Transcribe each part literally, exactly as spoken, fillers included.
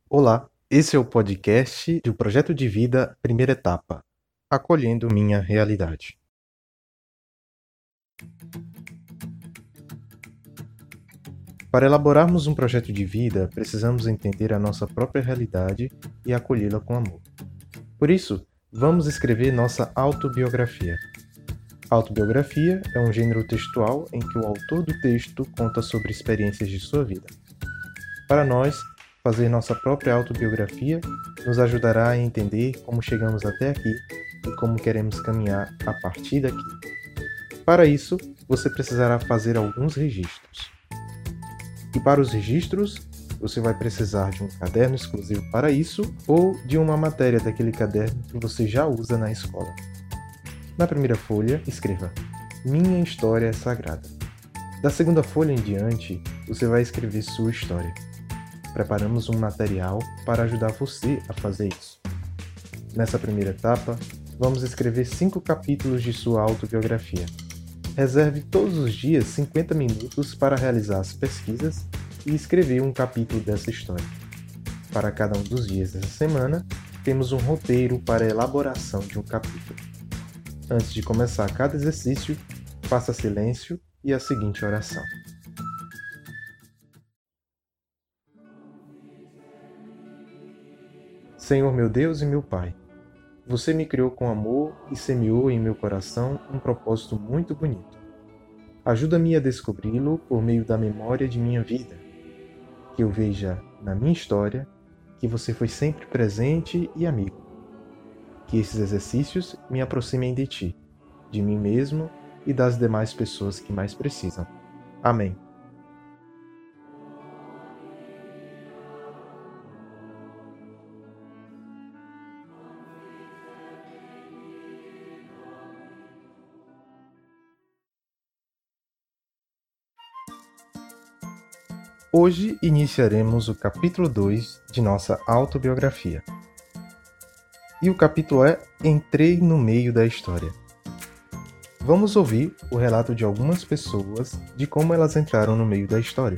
Olá, esse é o podcast do Projeto de Vida Primeira Etapa, acolhendo minha realidade. Para elaborarmos um projeto de vida, precisamos entender a nossa própria realidade e acolhê-la com amor. Por isso, vamos escrever nossa autobiografia. Autobiografia é um gênero textual em que o autor do texto conta sobre experiências de sua vida. Para nós, fazer nossa própria autobiografia nos ajudará a entender como chegamos até aqui e como queremos caminhar a partir daqui. Para isso, você precisará fazer alguns registros. E para os registros, você vai precisar de um caderno exclusivo para isso ou de uma matéria daquele caderno que você já usa na escola. Na primeira folha, escreva: Minha história é sagrada. Da segunda folha em diante, você vai escrever sua história. Preparamos um material para ajudar você a fazer isso. Nessa primeira etapa, vamos escrever cinco capítulos de sua autobiografia. Reserve todos os dias cinquenta minutos para realizar as pesquisas e escrever um capítulo dessa história. Para cada um dos dias dessa semana, temos um roteiro para a elaboração de um capítulo. Antes de começar cada exercício, faça silêncio e a seguinte oração. Senhor meu Deus e meu Pai, você me criou com amor e semeou em meu coração um propósito muito bonito. Ajuda-me a descobri-lo por meio da memória de minha vida. Que eu veja na minha história que você foi sempre presente e amigo. Que esses exercícios me aproximem de ti, de mim mesmo e das demais pessoas que mais precisam. Amém. Hoje iniciaremos o capítulo dois de nossa autobiografia. E o capítulo é Entrei no meio da história. Vamos ouvir o relato de algumas pessoas de como elas entraram no meio da história.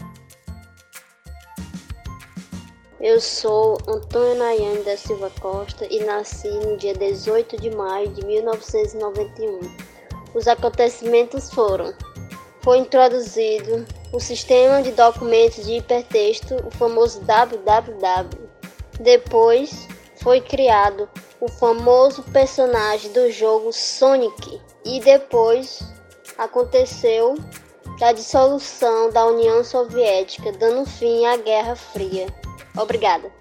Eu sou Antônio Nayane da Silva Costa e nasci no dia dezoito de maio de mil novecentos e noventa e um. Os acontecimentos foram: foi introduzido o sistema de documentos de hipertexto, o famoso W W W. Depois foi criado o famoso personagem do jogo Sonic. E depois aconteceu a dissolução da União Soviética, dando fim à Guerra Fria. Obrigada.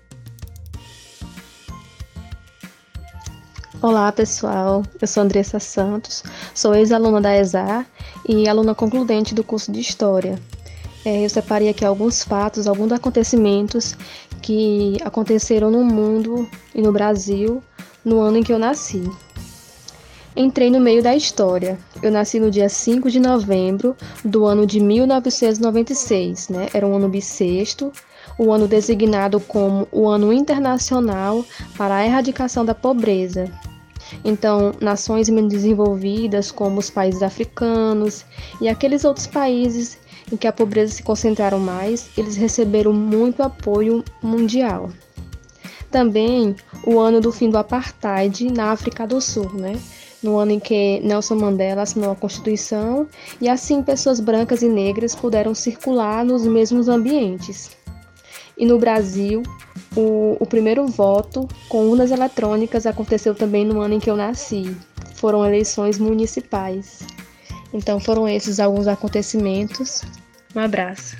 Olá pessoal, eu sou Andressa Santos, sou ex-aluna da ESAR e aluna concludente do curso de História. É, eu separei aqui alguns fatos, alguns acontecimentos que aconteceram no mundo e no Brasil no ano em que eu nasci. Entrei no meio da história. Eu nasci no dia cinco de novembro do ano de mil novecentos e noventa e seis, né? Era um ano bissexto, o ano designado como o Ano Internacional para a Erradicação da Pobreza. Então, nações menos desenvolvidas, como os países africanos e aqueles outros países em que a pobreza se concentraram mais, eles receberam muito apoio mundial. Também o ano do fim do apartheid na África do Sul, né? No ano em que Nelson Mandela assinou a Constituição e assim pessoas brancas e negras puderam circular nos mesmos ambientes. E no Brasil, o, o primeiro voto com urnas eletrônicas aconteceu também no ano em que eu nasci. Foram eleições municipais. Então foram esses alguns acontecimentos. Um abraço.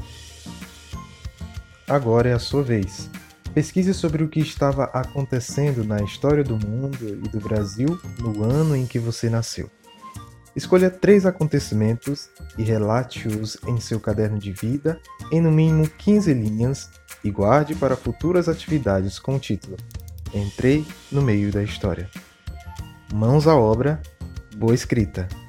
Agora é a sua vez. Pesquise sobre o que estava acontecendo na história do mundo e do Brasil no ano em que você nasceu. Escolha três acontecimentos e relate-os em seu caderno de vida em no mínimo quinze linhas e guarde para futuras atividades com o título Entrei no meio da história. Mãos à obra, boa escrita!